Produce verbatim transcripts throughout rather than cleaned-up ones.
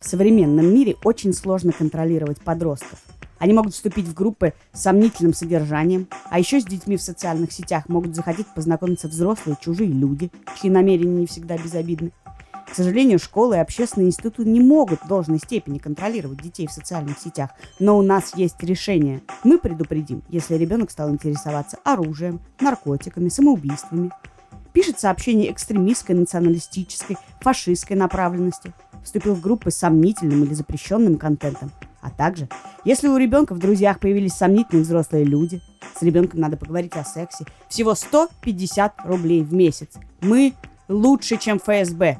В современном мире очень сложно контролировать подростков. Они могут вступить в группы с сомнительным содержанием, а еще с детьми в социальных сетях могут захотеть познакомиться взрослые чужие люди, чьи намерения не всегда безобидны. К сожалению, школы и общественные институты не могут в должной степени контролировать детей в социальных сетях, но у нас есть решение. Мы предупредим, если ребенок стал интересоваться оружием, наркотиками, самоубийствами. Пишет сообщение экстремистской, националистической, фашистской направленности, вступил в группы с сомнительным или запрещенным контентом. А также, если у ребенка в друзьях появились сомнительные взрослые люди, с ребенком надо поговорить о сексе. Всего сто пятьдесят рублей в месяц. Мы лучше, чем эф эс бэ.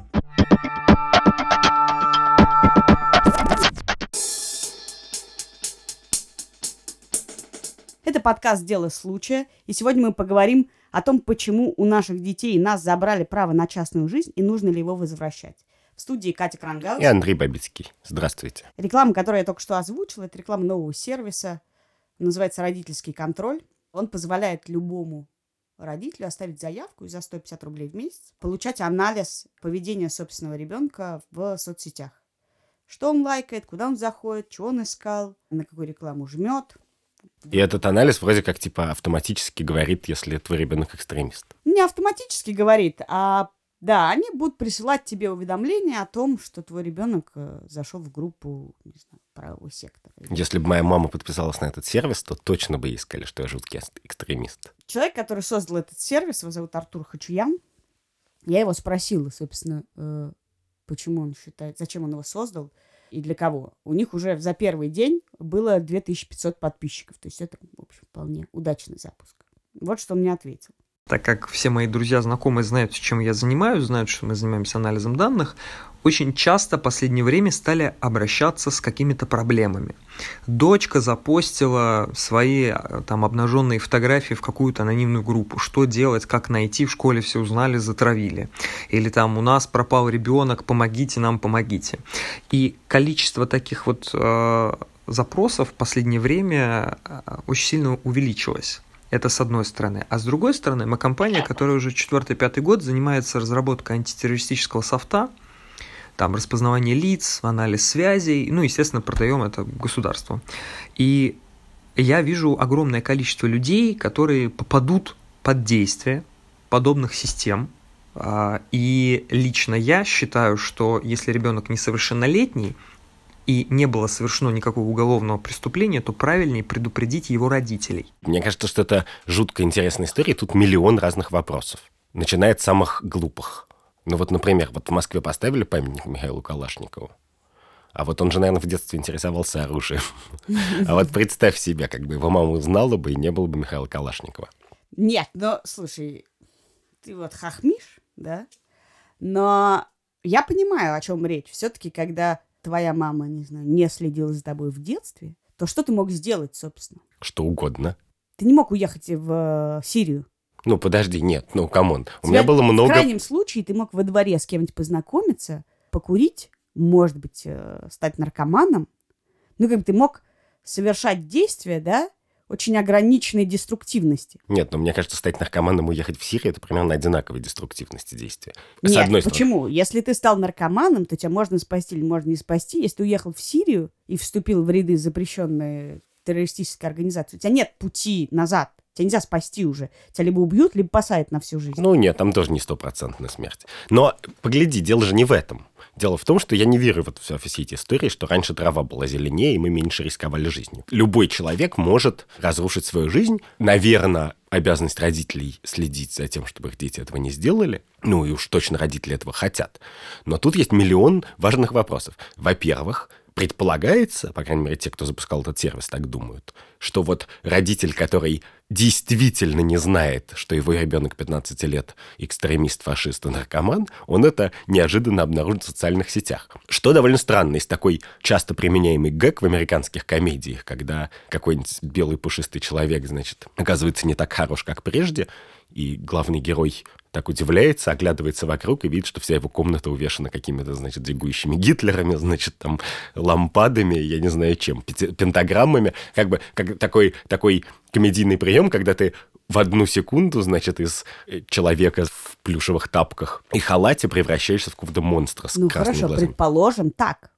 Это подкаст «Дело случая», и сегодня мы поговорим о том, почему у наших детей и нас забрали право на частную жизнь и нужно ли его возвращать. В студии Катя Крангаус и Андрей Бабицкий. Здравствуйте. Реклама, которую я только что озвучила, это реклама нового сервиса, называется «Родительский контроль». Он позволяет любому родителю оставить заявку и за сто пятьдесят рублей в месяц получать анализ поведения собственного ребенка в соцсетях. Что он лайкает, куда он заходит, что он искал, на какую рекламу жмет. И этот анализ вроде как типа автоматически говорит, если твой ребенок экстремист. Не автоматически говорит, а да, они будут присылать тебе уведомления о том, что твой ребенок э, зашел в группу, не знаю, правого сектора. Если бы моя мама подписалась на этот сервис, то точно бы ей сказали, что я жуткий экстремист. Человек, который создал этот сервис, его зовут Артур Хачуян. Я его спросила, собственно, э, почему он считает, зачем он его создал и для кого. У них уже за первый день было две тысячи пятьсот подписчиков. То есть это, в общем, вполне удачный запуск. Вот что он мне ответил. Так как все мои друзья, знакомые знают, чем я занимаюсь, знают, что мы занимаемся анализом данных, очень часто в последнее время стали обращаться с какими-то проблемами. Дочка запостила свои там обнаженные фотографии в какую-то анонимную группу. Что делать, как найти, в школе все узнали, затравили. Или там у нас пропал ребенок, помогите нам, помогите. И количество таких вот э, запросов в последнее время очень сильно увеличилось. Это с одной стороны. А с другой стороны, мы компания, которая уже четвертый-пятый год занимается разработкой антитеррористического софта, там распознавание лиц, анализ связей, ну, естественно, продаем это государству. И я вижу огромное количество людей, которые попадут под действие подобных систем. И лично я считаю, что если ребенок несовершеннолетний, и не было совершено никакого уголовного преступления, то правильнее предупредить его родителей. Мне кажется, что это жутко интересная история. Тут миллион разных вопросов. Начиная от самых глупых. Ну вот, например, вот в Москве поставили памятник Михаилу Калашникову. А вот он же, наверное, в детстве интересовался оружием. А вот представь себе, как бы его мама узнала бы, и не было бы Михаила Калашникова. Нет, ну, слушай, ты вот хохмишь, да? Но я понимаю, о чем речь. Все-таки, когда твоя мама, не знаю, не следила за тобой в детстве, то что ты мог сделать, собственно? Что угодно. Ты не мог уехать в Сирию. Ну, подожди, нет, ну, камон. У меня было много... В крайнем случае ты мог во дворе с кем-нибудь познакомиться, покурить, может быть, стать наркоманом. Ну, как бы ты мог совершать действия, да, очень ограниченной деструктивности. Нет, но мне кажется, стать наркоманом и уехать в Сирию — это примерно одинаковые деструктивности действия. С Нет, одной почему? стороны. Если ты стал наркоманом, то тебя можно спасти или можно не спасти. Если ты уехал в Сирию и вступил в ряды запрещенной террористической организации, у тебя нет пути назад. Тебя нельзя спасти уже. Тебя либо убьют, либо посадят на всю жизнь. Ну нет, там тоже не стопроцентная смерть. Но, погляди, дело же не в этом. Дело в том, что я не верю вот в все эти истории, что раньше трава была зеленее, и мы меньше рисковали жизнью. Любой человек может разрушить свою жизнь. Наверное, обязанность родителей следить за тем, чтобы их дети этого не сделали. Ну и уж точно родители этого хотят. Но тут есть миллион важных вопросов. Во-первых, предполагается, по крайней мере, те, кто запускал этот сервис, так думают, что вот родитель, который действительно не знает, что его ребенок пятнадцати лет экстремист, фашист и наркоман, он это неожиданно обнаружит в социальных сетях. Что довольно странно, есть такой часто применяемый гэг в американских комедиях, когда какой-нибудь белый пушистый человек, значит, оказывается не так хорош, как прежде, и главный герой так удивляется, оглядывается вокруг и видит, что вся его комната увешана какими-то, значит, зигующими Гитлерами, значит, там, лампадами, я не знаю чем, пентаграммами. Как бы как такой, такой комедийный прием, когда ты в одну секунду, значит, из человека в плюшевых тапках и халате превращаешься в какого-то монстра с ну, красными хорошо, глазами. предположим, так.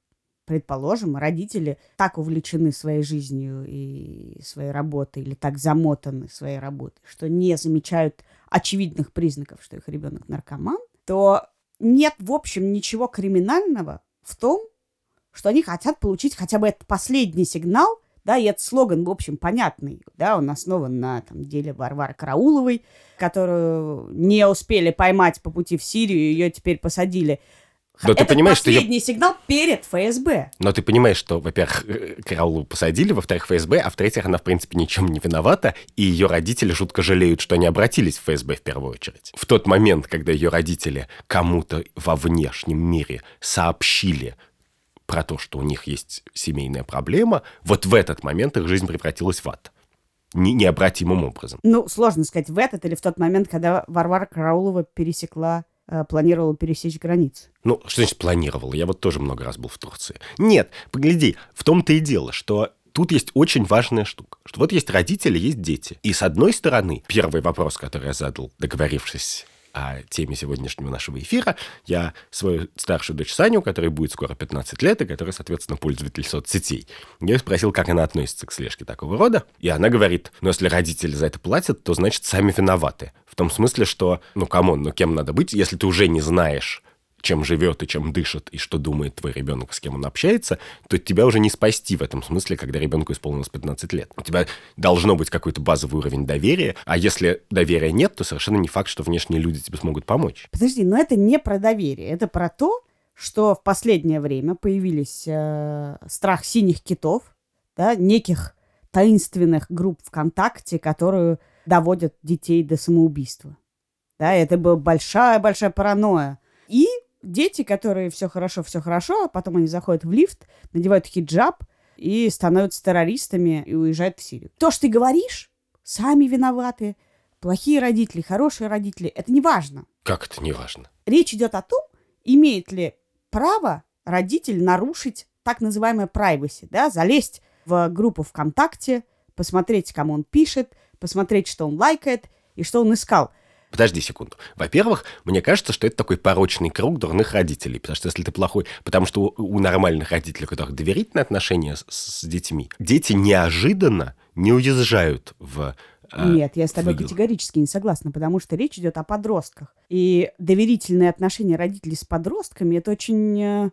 предположим, родители так увлечены своей жизнью и своей работой или так замотаны своей работой, что не замечают очевидных признаков, что их ребенок наркоман, то нет, в общем, ничего криминального в том, что они хотят получить хотя бы этот последний сигнал, да, и этот слоган, в общем, понятный, да, он основан на там, деле Варвары Карауловой, которую не успели поймать по пути в Сирию, ее теперь посадили. Но Это ты понимаешь, что последний ее... сигнал перед ФСБ. Но ты понимаешь, что, во-первых, Караулову посадили, во-вторых, ФСБ, а в-третьих, она, в принципе, ничем не виновата, и ее родители жутко жалеют, что они обратились в ФСБ в первую очередь. В тот момент, когда ее родители кому-то во внешнем мире сообщили про то, что у них есть семейная проблема, вот в этот момент их жизнь превратилась в ад. Не- необратимым образом. Ну, сложно сказать, в этот или в тот момент, когда Варвара Караулова пересекла, э, планировала пересечь границу. Ну, что значит планировал? Я вот тоже много раз был в Турции. Нет, погляди, в том-то и дело, что тут есть очень важная штука. Что вот есть родители, есть дети. И с одной стороны, первый вопрос, который я задал, договорившись о теме сегодняшнего нашего эфира, я свою старшую дочь Саню, которой будет скоро пятнадцать лет, и которая, соответственно, пользователь соцсетей, я спросил, как она относится к слежке такого рода. И она говорит, ну, если родители за это платят, то, значит, сами виноваты. В том смысле, что, ну, камон, ну, кем надо быть, если ты уже не знаешь, чем живет и чем дышит, и что думает твой ребенок, с кем он общается, то тебя уже не спасти в этом смысле, когда ребенку исполнилось пятнадцать лет. У тебя должно быть какой-то базовый уровень доверия, а если доверия нет, то совершенно не факт, что внешние люди тебе смогут помочь. Подожди, но это не про доверие, это про то, что в последнее время появились э, страх синих китов, да, неких таинственных групп ВКонтакте, которые доводят детей до самоубийства. Да, это была большая-большая паранойя. И дети, которые все хорошо, все хорошо, а потом они заходят в лифт, надевают хиджаб и становятся террористами и уезжают в Сирию. То, что ты говоришь, сами виноваты, плохие родители, хорошие родители, это не важно. Как это не важно? Речь идет о том, имеет ли право родитель нарушить так называемое privacy, да, залезть в группу ВКонтакте, посмотреть, кому он пишет, посмотреть, что он лайкает и что он искал. Подожди секунду. Во-первых, мне кажется, что это такой порочный круг дурных родителей. Потому что если ты плохой... Потому что у, у нормальных родителей, у которых доверительные отношения с, с детьми, дети неожиданно не уезжают в... Нет, я с тобой в... категорически не согласна, потому что речь идет о подростках. И доверительные отношения родителей с подростками – это очень э,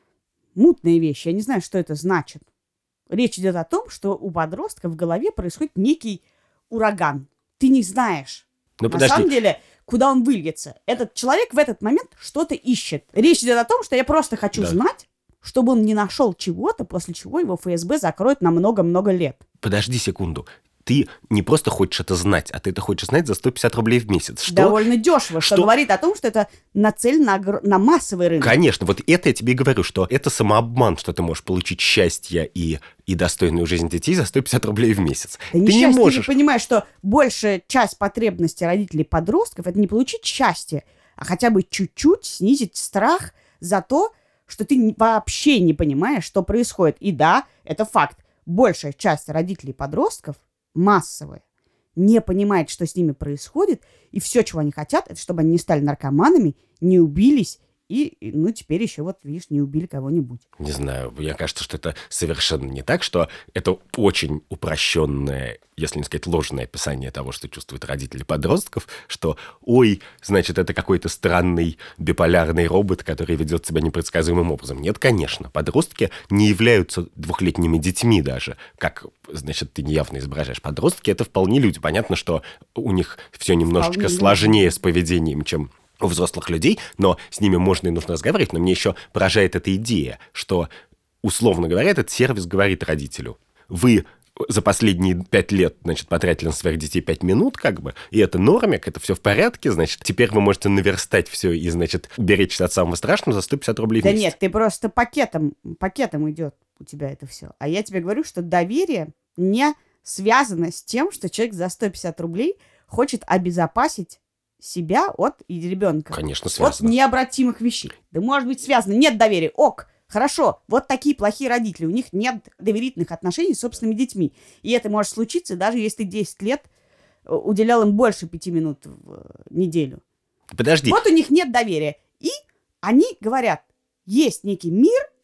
мутная вещь. Я не знаю, что это значит. Речь идет о том, что у подростка в голове происходит некий ураган. Ты не знаешь, Ну, на подожди. самом деле, куда он выльется. Этот человек в этот момент что-то ищет. Речь идет о том, что я просто хочу Да. знать, чтобы он не нашел чего-то, после чего его ФСБ закроет на много-много лет. Подожди секунду. Ты не просто хочешь это знать, а ты это хочешь знать за сто пятьдесят рублей в месяц. Что? Довольно дешево, что, что- говорит о том, что это нацелено на, огр- на массовый рынок. Конечно, вот это я тебе и говорю, что это самообман, что ты можешь получить счастье и, и достойную жизнь детей за сто пятьдесят рублей в месяц. Да ты не несчастье, можешь. Ты же понимаешь, что большая часть потребностей родителей подростков – это не получить счастье, а хотя бы чуть-чуть снизить страх за то, что ты не- вообще не понимаешь, что происходит. И да, это факт. Большая часть родителей подростков, массовая, не понимает, что с ними происходит, и все, чего они хотят, это чтобы они не стали наркоманами, не убились, и, и, ну, теперь еще вот, видишь, не убили кого-нибудь. Не знаю, мне кажется, что это совершенно не так, что это очень упрощенное, если не сказать ложное описание того, что чувствуют родители подростков, что, ой, значит, это какой-то странный биполярный робот, который ведет себя непредсказуемым образом. Нет, конечно, подростки не являются двухлетними детьми даже, как, значит, ты неявно изображаешь. Подростки — это вполне люди. Понятно, что у них все немножечко Вполне сложнее с поведением, чем у взрослых людей, но с ними можно и нужно разговаривать. Но мне еще поражает эта идея, что, условно говоря, этот сервис говорит родителю: вы за последние пять лет, значит, потратили на своих детей пять минут, как бы, и это нормик, это все в порядке, значит, теперь вы можете наверстать все и, значит, уберечься от самого страшного за сто пятьдесят рублей в Да месяц. нет, ты просто пакетом, пакетом идет у тебя это все. А я тебе говорю, что доверие не связано с тем, что человек за сто пятьдесят рублей хочет обезопасить себя от и ребенка. Конечно, От связано. необратимых вещей. Да может быть связано. Нет доверия. Ок, хорошо. Вот такие плохие родители. У них нет доверительных отношений с собственными детьми. И это может случиться, даже если ты десять лет уделял им больше пяти минут в неделю. Подожди. Вот у них нет доверия. И они говорят, есть некий мир,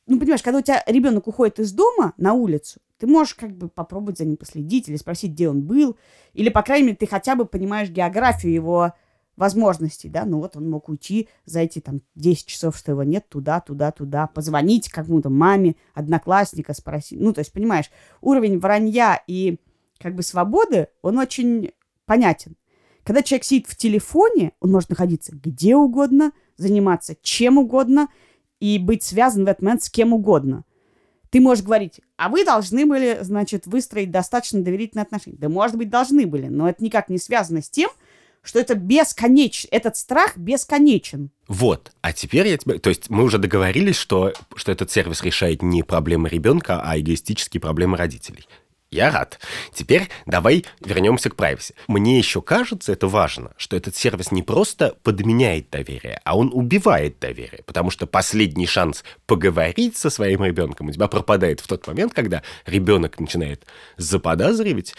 ну, понимаешь, когда у тебя ребенок уходит из дома на улицу, ты можешь как бы попробовать за ним последить или спросить, где он был, или, по крайней мере, ты хотя бы понимаешь географию его возможностей, да, ну вот он мог уйти за эти там десять часов, что его нет, туда, туда, туда, позвонить какому-то маме, одноклассника спросить, ну, то есть, понимаешь, уровень вранья и как бы свободы, он очень понятен. Когда человек сидит в телефоне, он может находиться где угодно, заниматься чем угодно и быть связан в этот момент с кем угодно. Ты можешь говорить, а вы должны были, значит, выстроить достаточно доверительные отношения. Да, может быть, должны были, но это никак не связано с тем, что это бесконечно, этот страх бесконечен. Вот, а теперь я тебе... То есть мы уже договорились, что, что этот сервис решает не проблемы ребенка, а эгоистические проблемы родителей. Я рад. Теперь давай вернемся к privacy. Мне еще кажется, это важно, что этот сервис не просто подменяет доверие, а он убивает доверие, потому что последний шанс поговорить со своим ребенком у тебя пропадает в тот момент, когда ребенок начинает заподозривать,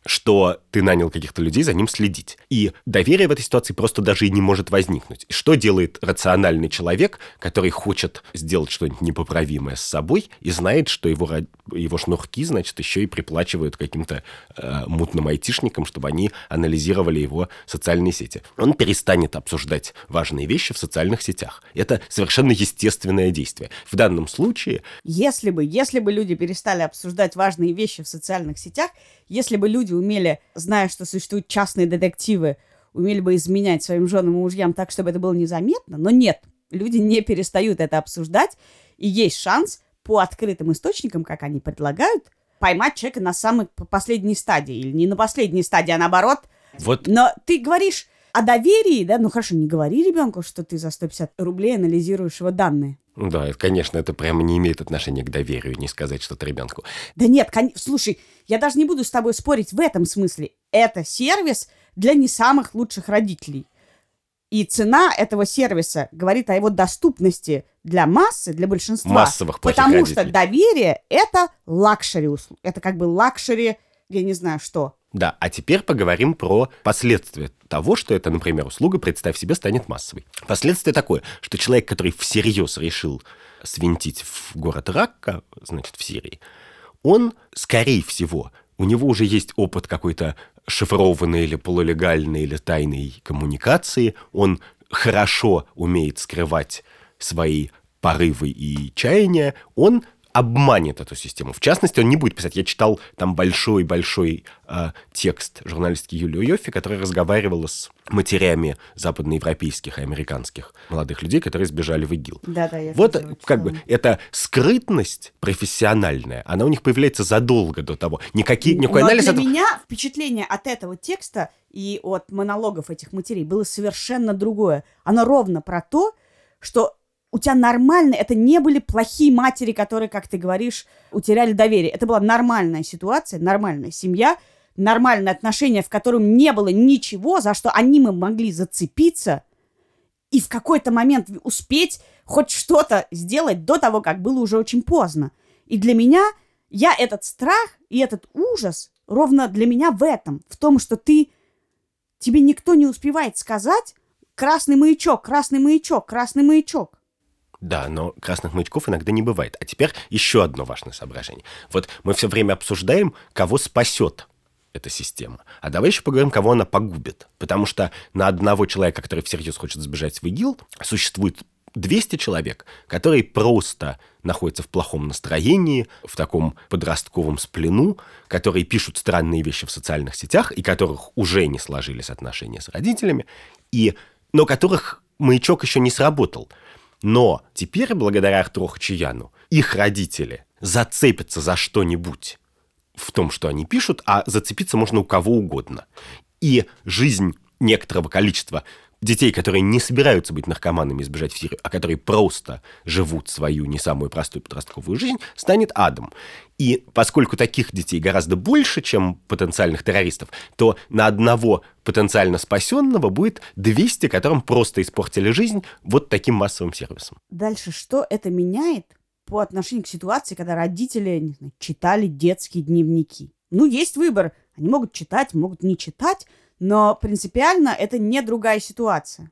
что ты нанял каких-то людей за ним следить. И доверие в этой ситуации просто даже и не может возникнуть. И что делает рациональный человек, который хочет сделать что-нибудь непоправимое с собой и знает, что его, его шнурки, значит, еще и приплачивают каким-то э, мутным айтишникам, чтобы они анализировали его социальные сети. Он перестанет обсуждать важные вещи в социальных сетях. Это совершенно естественное действие. В данном случае... Если бы, если бы люди перестали обсуждать важные вещи в социальных сетях, если бы люди умели, зная, что существуют частные детективы, умели бы изменять своим женам и мужьям так, чтобы это было незаметно, но нет, люди не перестают это обсуждать, и есть шанс по открытым источникам, как они предлагают, поймать человека на самой последней стадии, или не на последней стадии, а наоборот. Вот. Но ты говоришь о доверии, да, ну хорошо, не говори ребенку, что ты за сто пятьдесят рублей анализируешь его данные. Да, это, конечно, это прямо не имеет отношения к доверию, не сказать что-то ребенку. Да нет, кон... слушай, я даже не буду с тобой спорить в этом смысле. Это сервис для не самых лучших родителей. И цена этого сервиса говорит о его доступности для массы, для большинства. Массовых плохих Потому родителей. что доверие – это лакшери услуг. Это как бы лакшери, я не знаю что. Да, а теперь поговорим про последствия того, что эта, например, услуга, представь себе, станет массовой. Последствие такое, что человек, который всерьез решил свинтить в город Ракка, значит, в Сирии, он, скорее всего, у него уже есть опыт какой-то шифрованной или полулегальной или тайной коммуникации, он хорошо умеет скрывать свои порывы и чаяния, он обманет эту систему. В частности, он не будет писать. Я читал там большой-большой э, текст журналистки Юлии Йоффе, которая разговаривала с матерями западноевропейских и американских молодых людей, которые сбежали в ИГИЛ. Да-да, я вот видела, как читала. бы эта скрытность профессиональная, она у них появляется задолго до того. Никакие, никакой Но анализ... для этого- меня впечатление от этого текста и от монологов этих матерей было совершенно другое. Оно ровно про то, что у тебя нормально, это не были плохие матери, которые, как ты говоришь, утеряли доверие. Это была нормальная ситуация, нормальная семья, нормальные отношения, в котором не было ничего, за что они мы могли зацепиться и в какой-то момент успеть хоть что-то сделать до того, как было уже очень поздно. И для меня, я этот страх и этот ужас ровно для меня в этом, в том, что ты, тебе никто не успевает сказать «красный маячок, красный маячок, красный маячок». Да, но красных маячков иногда не бывает. А теперь еще одно важное соображение. Вот мы все время обсуждаем, кого спасет эта система. А давай еще поговорим, кого она погубит. Потому что на одного человека, который всерьез хочет сбежать в ИГИЛ, существует двести человек, которые просто находятся в плохом настроении, в таком подростковом сплену, которые пишут странные вещи в социальных сетях, и которых уже не сложились отношения с родителями, и, но которых маячок еще не сработал. Но теперь, благодаря Артуру Хачияну, их родители зацепятся за что-нибудь в том, что они пишут, а зацепиться можно у кого угодно. И жизнь некоторого количества детей, которые не собираются быть наркоманами и сбежать в Сирию, а которые просто живут свою не самую простую подростковую жизнь, станет адом. И поскольку таких детей гораздо больше, чем потенциальных террористов, то на одного потенциально спасенного будет двести, которым просто испортили жизнь вот таким массовым сервисом. Дальше, что это меняет по отношению к ситуации, когда родители, не знаю, читали детские дневники? Ну, есть выбор. Они могут читать, могут не читать, но принципиально это не другая ситуация.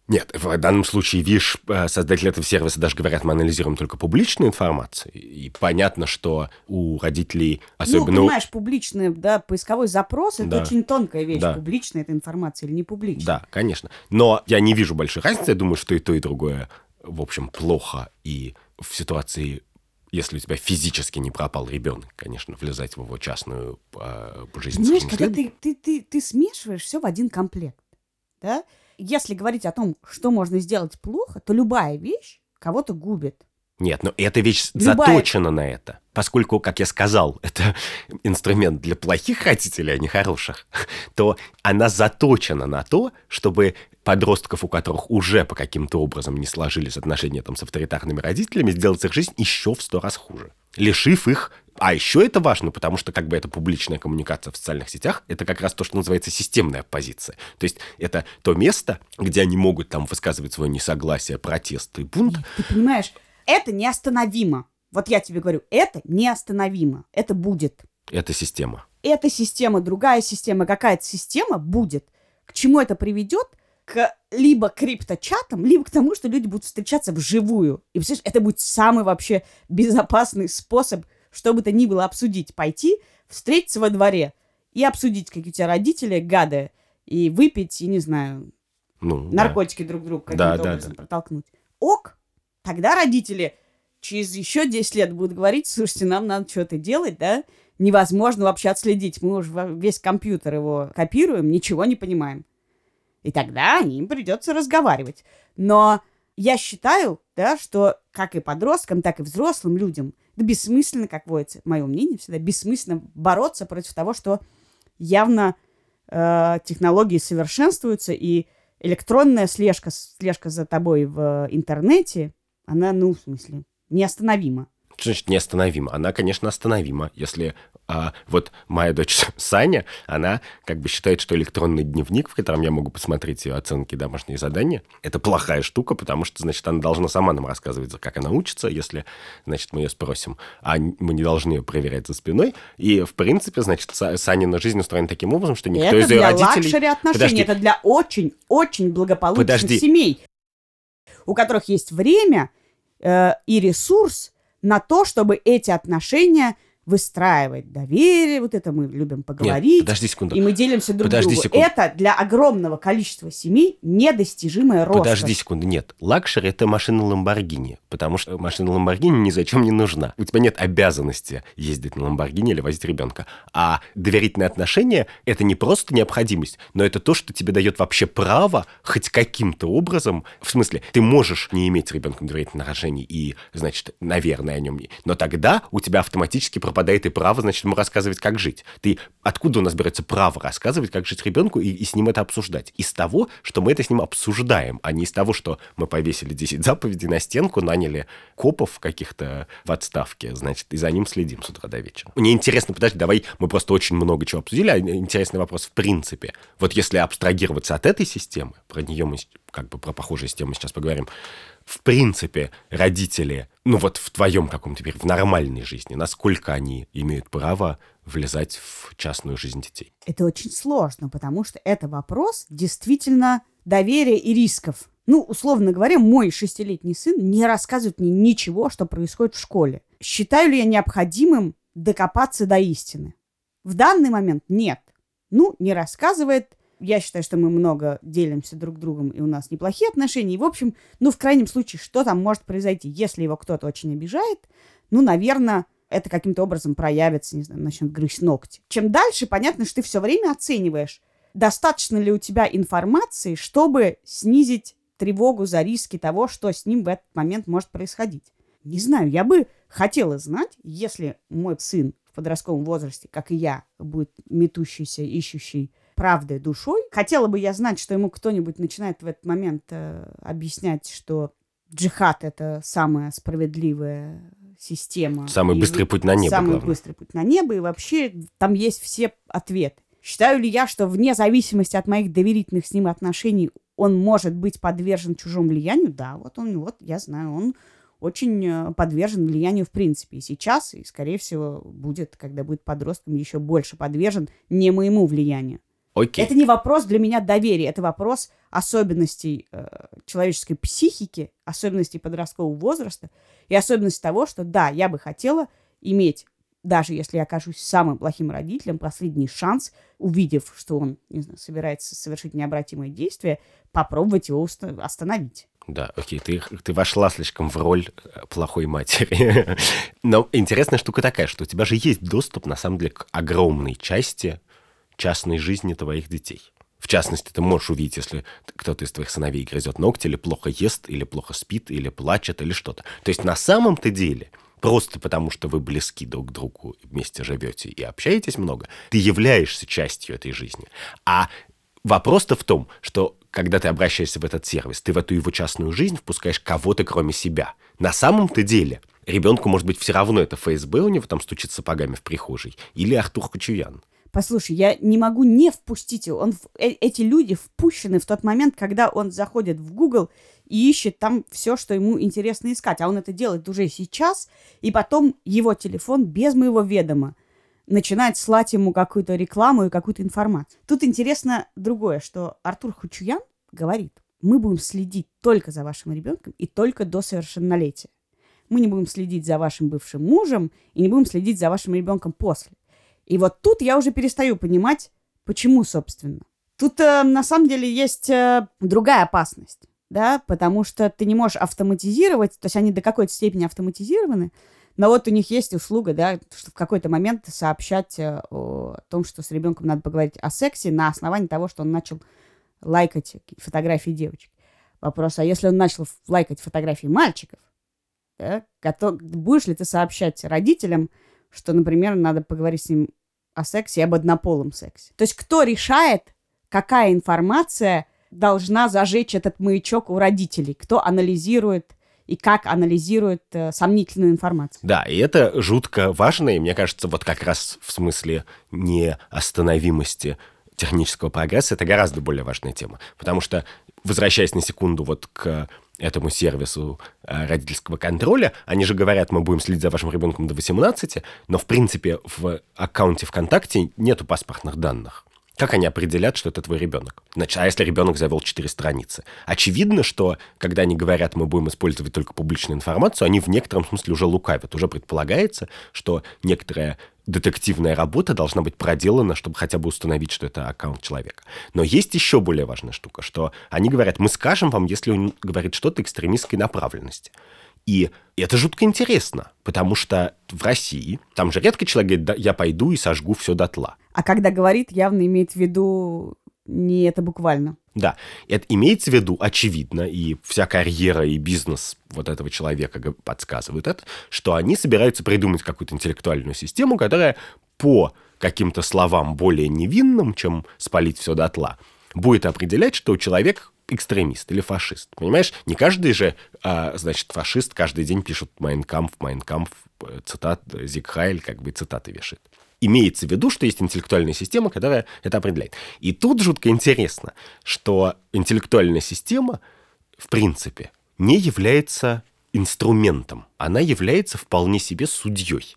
Нет, в данном случае, видишь, создатели этого сервиса даже говорят, мы анализируем только публичную информацию. И понятно, что у родителей, особенно... Ну, понимаешь, публичный, да, поисковой запрос, это да. очень тонкая вещь. Да. Публичная эта информация или не публичная. Да, конечно. Но я не вижу большой разницы. Я думаю, что и то, и другое, в общем, плохо. И в ситуации, если у тебя физически не пропал ребенок, конечно, влезать в его частную э, жизнь. Понимаешь, когда ты, ты, ты, ты смешиваешь все в один комплект, да? Если говорить о том, что можно сделать плохо, то любая вещь кого-то губит. Нет, но эта вещь Любая... заточена на это. Поскольку, как я сказал, это инструмент для плохих родителей, а не хороших, то она заточена на то, чтобы подростков, у которых уже по каким-то образом не сложились отношения там, с авторитарными родителями, сделать их жизнь еще в сто раз хуже. Лишив их... А еще это важно, потому что как бы это публичная коммуникация в социальных сетях, это как раз то, что называется системная оппозиция. То есть это то место, где они могут там высказывать свое несогласие, протест и бунт. Ты понимаешь, это неостановимо. Вот я тебе говорю, это неостановимо. Это будет. Это система. Эта система, другая система, какая-то система будет. К чему это приведет? К либо крипточатам, либо к тому, что люди будут встречаться вживую. И, представляешь, это будет самый вообще безопасный способ, что бы то ни было обсудить. Пойти, встретиться во дворе и обсудить, какие у тебя родители гады, и выпить, и, не знаю, ну, наркотики да. друг другу каким-то да, образом да, да. протолкнуть. Ок, тогда родители через еще десять лет будут говорить, слушайте, нам надо что-то делать, да? Невозможно вообще отследить. Мы уже весь компьютер его копируем, ничего не понимаем. И тогда им придется разговаривать. Но я считаю, да, что как и подросткам, так и взрослым людям, да, бессмысленно, как водится, мое мнение всегда, бессмысленно бороться против того, что явно э, технологии совершенствуются, и электронная слежка, слежка за тобой в интернете, она, ну, в смысле, неостановима. Что значит неостановима? Она, конечно, остановима. Если а, вот моя дочь Саня, она как бы считает, что электронный дневник, в котором я могу посмотреть ее оценки, домашние задания, это плохая штука, потому что, значит, она должна сама нам рассказывать, как она учится, если, значит, мы ее спросим. А мы не должны ее проверять за спиной. И, в принципе, значит, Санина жизнь устроена таким образом, что никто это из ее родителей... Это для лакшери отношений, Подожди. это для очень-очень благополучных Подожди. семей, у которых есть время э, и ресурс на то, чтобы эти отношения выстраивать, доверие, вот это мы любим поговорить. Нет, подожди секунду. И мы делимся друг Подожди другу. секунду. Это для огромного количества семей недостижимая роскошь. Подожди секунду, нет. Лакшери — это машина Ламборгини, потому что машина Ламборгини ни зачем не нужна. У тебя нет обязанности ездить на Ламборгини или возить ребенка. А доверительные отношения — это не просто необходимость, но это то, что тебе дает вообще право хоть каким-то образом... В смысле, ты можешь не иметь с ребенком доверительных отношений и, значит, наверное, о нем не... Но тогда у тебя автоматически пропадает и право, значит, ему рассказывать, как жить. Ты... Откуда у нас берется право рассказывать, как жить ребенку и, и с ним это обсуждать? Из того, что мы это с ним обсуждаем, а не из того, что мы повесили десять заповедей на стенку, наняли копов каких-то в отставке, значит, и за ним следим с утра до вечера. Мне интересно, подожди, давай, мы просто очень много чего обсудили, а интересный вопрос в принципе. Вот если абстрагироваться от этой системы, про нее мы, как бы, про похожие системы сейчас поговорим, в принципе, родители, ну вот в твоем каком-то теперь, в нормальной жизни, насколько они имеют право влезать в частную жизнь детей? Это очень сложно, потому что это вопрос действительно доверия и рисков. Ну, условно говоря, мой шестилетний сын не рассказывает мне ничего, что происходит в школе. Считаю ли я необходимым докопаться до истины? В данный момент нет. Ну, не рассказывает. Я считаю, что мы много делимся друг другом, и у нас неплохие отношения. И, в общем, ну, в крайнем случае, что там может произойти? Если его кто-то очень обижает, ну, наверное, это каким-то образом проявится, не знаю, начнет грызть ногти. Чем дальше, понятно, что ты все время оцениваешь, достаточно ли у тебя информации, чтобы снизить тревогу за риски того, что с ним в этот момент может происходить. Не знаю, я бы хотела знать, если мой сын в подростковом возрасте, как и я, будет метущийся, ищущий правдой душой. Хотела бы я знать, что ему кто-нибудь начинает в этот момент э, объяснять, что джихад — это самая справедливая система. Самый и быстрый путь на небо, Самый главное. быстрый путь на небо, и вообще там есть все ответы. Считаю ли я, что вне зависимости от моих доверительных с ним отношений он может быть подвержен чужому влиянию? Да, вот он, вот я знаю, он очень подвержен влиянию в принципе. И сейчас, и, скорее всего, будет, когда будет подростком, еще больше подвержен не моему влиянию. Окей. Это не вопрос для меня доверия, это вопрос особенностей э, человеческой психики, особенностей подросткового возраста и особенностей того, что да, я бы хотела иметь, даже если я окажусь самым плохим родителем, последний шанс, увидев, что он, не знаю, собирается совершить необратимые действия, попробовать его уста- остановить. Да, окей, ты, ты вошла слишком в роль плохой матери. Но интересная штука такая, что у тебя же есть доступ, на самом деле, к огромной части частной жизни твоих детей. В частности, ты можешь увидеть, если кто-то из твоих сыновей грызет ногти, или плохо ест, или плохо спит, или плачет, или что-то. То есть на самом-то деле, просто потому что вы близки друг к другу, вместе живете и общаетесь много, ты являешься частью этой жизни. А вопрос-то в том, что когда ты обращаешься в этот сервис, ты в эту его частную жизнь впускаешь кого-то, кроме себя. На самом-то деле ребенку, может быть, все равно это ФСБ у него там стучит сапогами в прихожей, или Артур Кочуян. Послушай, я не могу не впустить его. Он, э, эти люди впущены в тот момент, когда он заходит в Google и ищет там все, что ему интересно искать. А он это делает уже сейчас, и потом его телефон без моего ведома начинает слать ему какую-то рекламу и какую-то информацию. Тут интересно другое, что Артур Кочуян говорит, мы будем следить только за вашим ребенком и только до совершеннолетия. Мы не будем следить за вашим бывшим мужем и не будем следить за вашим ребенком после. И вот тут я уже перестаю понимать, почему, собственно. Тут э, на самом деле есть э, другая опасность, да, потому что ты не можешь автоматизировать, то есть они до какой-то степени автоматизированы, но вот у них есть услуга, да, что в какой-то момент сообщать э, о том, что с ребенком надо поговорить о сексе на основании того, что он начал лайкать фотографии девочек. Вопрос, а если он начал лайкать фотографии мальчиков, да, готов, будешь ли ты сообщать родителям, что, например, надо поговорить с ним о сексе и об однополом сексе. То есть кто решает, какая информация должна зажечь этот маячок у родителей? Кто анализирует и как анализирует э, сомнительную информацию? Да, и это жутко важно, и мне кажется, вот как раз в смысле неостановимости технического прогресса это гораздо более важная тема. Потому что, возвращаясь на секунду вот к этому сервису э, родительского контроля, они же говорят, мы будем следить за вашим ребенком до восемнадцати, но, в принципе, в аккаунте ВКонтакте нету паспортных данных. Как они определят, что это твой ребенок? Значит, а если ребенок завел четыре страницы? Очевидно, что, когда они говорят, мы будем использовать только публичную информацию, они в некотором смысле уже лукавят. Уже предполагается, что некоторая детективная работа должна быть проделана, чтобы хотя бы установить, что это аккаунт человека. Но есть еще более важная штука, что они говорят, мы скажем вам, если он говорит что-то экстремистской направленности. И это жутко интересно, потому что в России, там же редко человек говорит, да, я пойду и сожгу все дотла. А когда говорит, явно имеет в виду не это буквально. Да, это имеется в виду, очевидно, и вся карьера и бизнес вот этого человека подсказывают это, что они собираются придумать какую-то интеллектуальную систему, которая по каким-то словам более невинным, чем спалить все дотла, будет определять, что человек экстремист или фашист. Понимаешь, не каждый же, а, значит, фашист каждый день пишет «Майн кампф», «Майн кампф», цитат, «Зиг Хайль», как бы цитаты вешает. Имеется в виду, что есть интеллектуальная система, которая это определяет. И тут жутко интересно, что интеллектуальная система, в принципе, не является инструментом. Она является вполне себе судьей.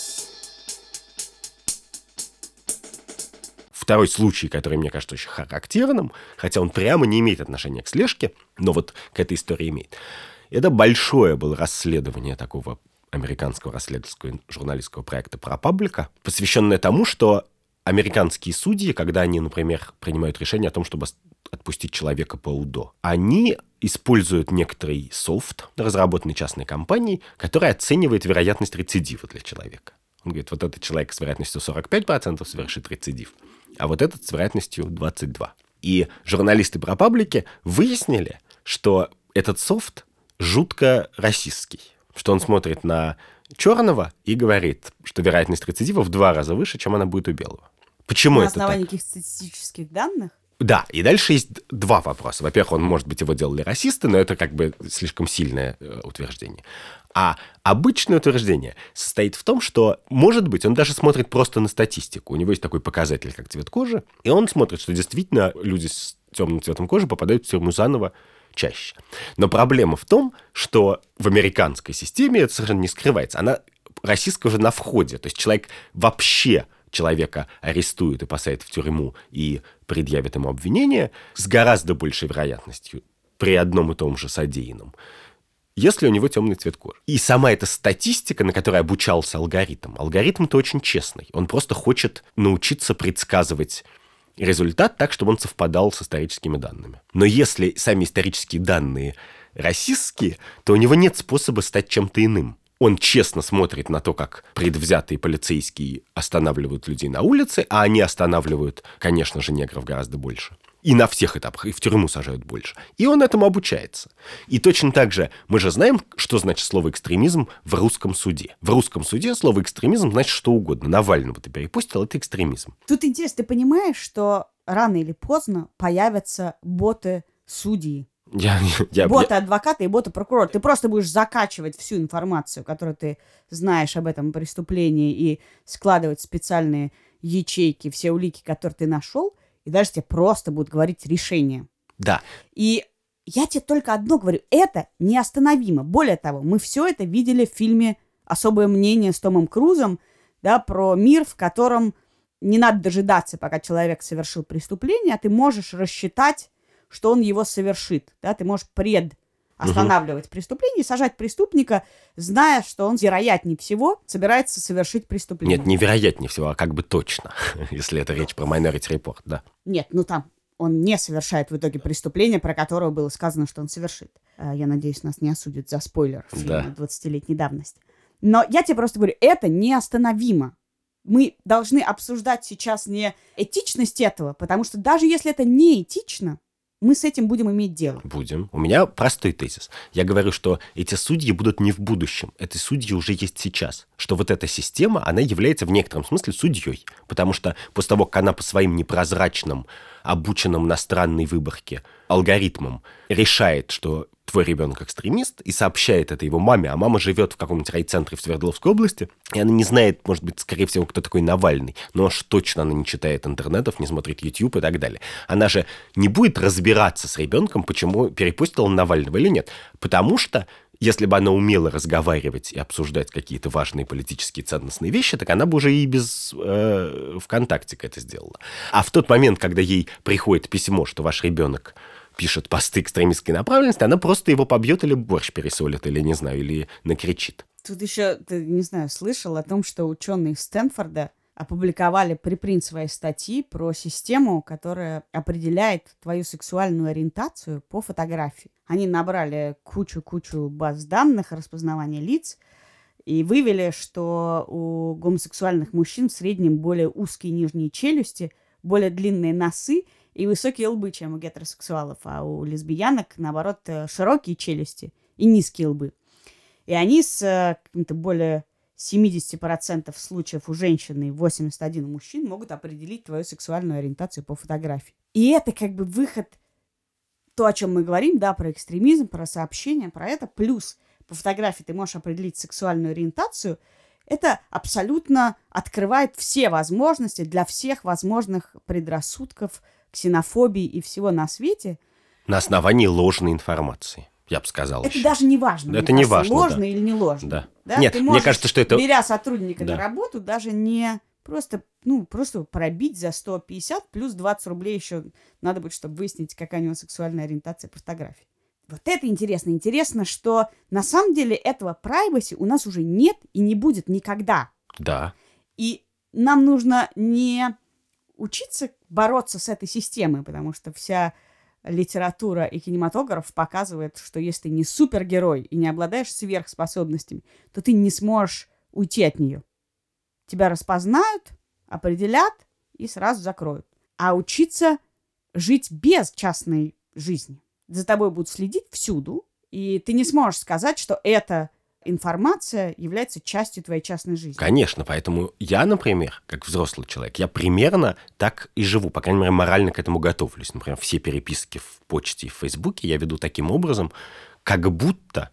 Второй случай, который, мне кажется, очень характерным, хотя он прямо не имеет отношения к слежке, но вот к этой истории имеет. Это большое было расследование такого американского расследовательского журналистского проекта ProPublica, посвященное тому, что американские судьи, когда они, например, принимают решение о том, чтобы отпустить человека по УДО, они используют некоторый софт, разработанный частной компанией, который оценивает вероятность рецидива для человека. Он говорит, вот этот человек с вероятностью сорок пять процентов совершит рецидив, а вот этот с вероятностью двадцать два процента. И журналисты ProPublica выяснили, что этот софт жутко расистский, что он смотрит на черного и говорит, что вероятность рецидива в два раза выше, чем она будет у белого. Почему на это так? На основании каких-то статистических данных? Да, и дальше есть два вопроса. Во-первых, он, может быть, его делали расисты, но это как бы слишком сильное э, утверждение. А обычное утверждение состоит в том, что, может быть, он даже смотрит просто на статистику. У него есть такой показатель, как цвет кожи, и он смотрит, что действительно люди с темным цветом кожи попадают в тюрьму заново чаще. Но проблема в том, что в американской системе это совершенно не скрывается. Она расистская уже на входе. То есть человек вообще человека арестуют и посадят в тюрьму и предъявят ему обвинение с гораздо большей вероятностью при одном и том же содеянном, если у него темный цвет кожи. И сама эта статистика, на которой обучался алгоритм, алгоритм-то очень честный. Он просто хочет научиться предсказывать результат так, чтобы он совпадал с историческими данными. Но если сами исторические данные расистские, то у него нет способа стать чем-то иным. Он честно смотрит на то, как предвзятые полицейские останавливают людей на улице, а они останавливают, конечно же, негров гораздо больше. И на всех этапах, и в тюрьму сажают больше. И он этому обучается. И точно так же мы же знаем, что значит слово «экстремизм» в русском суде. В русском суде слово «экстремизм» значит что угодно. Навального ты перепостил, это экстремизм. Тут интересно, ты понимаешь, что рано или поздно появятся боты-судьи? Я, я, боты-адвокаты и боты-прокуроры. Ты просто будешь закачивать всю информацию, которую ты знаешь об этом преступлении, и складывать в специальные ячейки все улики, которые ты нашел, и дальше тебе просто будут говорить решение. Да. И я тебе только одно говорю, это неостановимо. Более того, мы все это видели в фильме «Особое мнение» с Томом Крузом, да, про мир, в котором не надо дожидаться, пока человек совершил преступление, а ты можешь рассчитать, что он его совершит. Да? Ты можешь предостанавливать угу. преступление, сажать преступника, зная, что он, вероятнее всего, собирается совершить преступление. Нет, не вероятнее всего, а как бы точно, если это речь про Minority Report, да. Нет, ну там он не совершает в итоге преступление, про которое было сказано, что он совершит. Я надеюсь, нас не осудят за спойлер фильма да. двадцатилетней давности. Но я тебе просто говорю, это неостановимо. Мы должны обсуждать сейчас не этичность этого, потому что даже если это не этично, мы с этим будем иметь дело. Будем. У меня простой тезис. Я говорю, что эти судьи будут не в будущем. Эти судьи уже есть сейчас. Что вот эта система, она является в некотором смысле судьей. Потому что после того, как она по своим непрозрачным, обученным на странной выборке алгоритмам решает, что твой ребенок экстремист, и сообщает это его маме, а мама живет в каком-нибудь райцентре в Свердловской области, и она не знает, может быть, скорее всего, кто такой Навальный, но уж точно она не читает интернетов, не смотрит YouTube и так далее. Она же не будет разбираться с ребенком, почему перепостил он Навального или нет, потому что если бы она умела разговаривать и обсуждать какие-то важные политические ценностные вещи, так она бы уже и без э, ВКонтактика это сделала. А в тот момент, когда ей приходит письмо, что ваш ребенок пишет посты экстремистской направленности, она просто его побьет или борщ пересолит, или, не знаю, или накричит. Тут еще, ты, не знаю, слышал о том, что ученые из Стэнфорда опубликовали припринт своей статьи про систему, которая определяет твою сексуальную ориентацию по фотографии. Они набрали кучу-кучу баз данных распознавания лиц и вывели, что у гомосексуальных мужчин в среднем более узкие нижние челюсти, более длинные носы и высокие лбы, чем у гетеросексуалов, а у лесбиянок, наоборот, широкие челюсти и низкие лбы. И они с каким-то более семьдесят процентов случаев у женщин и восемьдесят один процентов у мужчин могут определить твою сексуальную ориентацию по фотографии. И это как бы выход, то, о чем мы говорим, да, про экстремизм, про сообщения, про это, плюс по фотографии ты можешь определить сексуальную ориентацию, это абсолютно открывает все возможности для всех возможных предрассудков, ксенофобии и всего на свете. На основании ложной информации, я бы сказал. Это еще. даже не важно. Это не важно, ложно да. или не ложно. Да. Да? Нет, ты мне можешь, кажется, что это... беря сотрудника да. на работу, даже не просто, ну, просто пробить за сто пятьдесят, плюс двадцать рублей еще надо будет, чтобы выяснить, какая у него сексуальная ориентация по фотографии. Вот это интересно. Интересно, что на самом деле этого privacy у нас уже нет и не будет никогда. Да. И нам нужно не учиться бороться с этой системой, потому что вся литература и кинематограф показывает, что если ты не супергерой и не обладаешь сверхспособностями, то ты не сможешь уйти от нее. Тебя распознают, определят и сразу закроют. А учиться жить без частной жизни. За тобой будут следить всюду, и ты не сможешь сказать, что эта информация является частью твоей частной жизни. Конечно, поэтому я, например, как взрослый человек, я примерно так и живу, по крайней мере, морально к этому готовлюсь. Например, все переписки в почте и в Фейсбуке я веду таким образом, как будто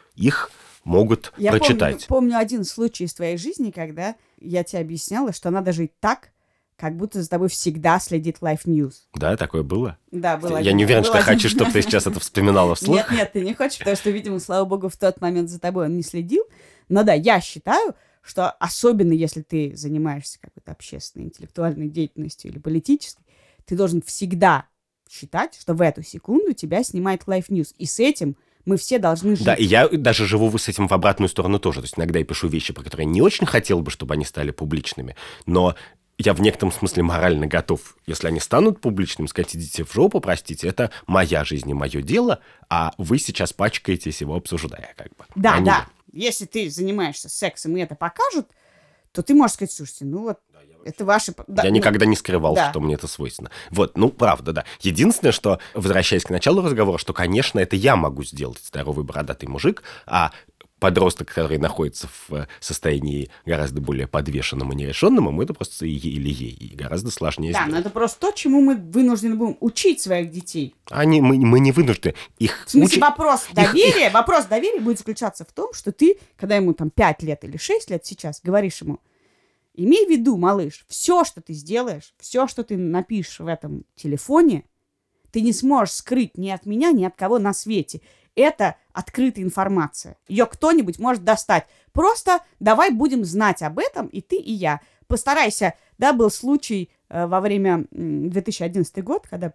их могут я прочитать. Я помню, помню один случай из твоей жизни, когда я тебе объясняла, что надо жить так, как будто за тобой всегда следит Life News. Да, такое было? Да, было. Я один, не уверен, что один. хочу, чтобы ты сейчас это вспоминала вслух. Нет, нет, ты не хочешь, потому что, видимо, слава богу, в тот момент за тобой он не следил. Но да, я считаю, что особенно если ты занимаешься какой-то общественной, интеллектуальной деятельностью или политической, ты должен всегда считать, что в эту секунду тебя снимает Life News. И с этим мы все должны жить. Да, и я даже живу с этим в обратную сторону тоже. То есть иногда я пишу вещи, про которые не очень хотел бы, чтобы они стали публичными, но я в некотором смысле морально готов, если они станут публичными, сказать, идите в жопу, простите, это моя жизнь и мое дело, а вы сейчас пачкаетесь его, обсуждая, как бы. Да, Они да. же. Если ты занимаешься сексом и это покажут, то ты можешь сказать, слушайте, ну вот, это ваши... Да, я ну, никогда не скрывал, да. что мне это свойственно. Вот, ну, правда, да. Единственное, что, возвращаясь к началу разговора, что, конечно, это я могу сделать, здоровый бородатый мужик, а подросток, который находится в состоянии гораздо более подвешенном и нерешенном, ему это просто и или ей, и гораздо сложнее Да, сделать. но это просто то, чему мы вынуждены будем учить своих детей. Они, мы, мы не вынуждены. Их В смысле, учат- вопрос их- доверия, их- вопрос доверия будет заключаться в том, что ты, когда ему там пять лет или шесть лет сейчас, говоришь ему, имей в виду, малыш, все, что ты сделаешь, все, что ты напишешь в этом телефоне, ты не сможешь скрыть ни от меня, ни от кого на свете. Это открытая информация. Ее кто-нибудь может достать. Просто давай будем знать об этом, и ты, и я. Постарайся. Да, был случай э, во время м, две тысячи одиннадцатый год, когда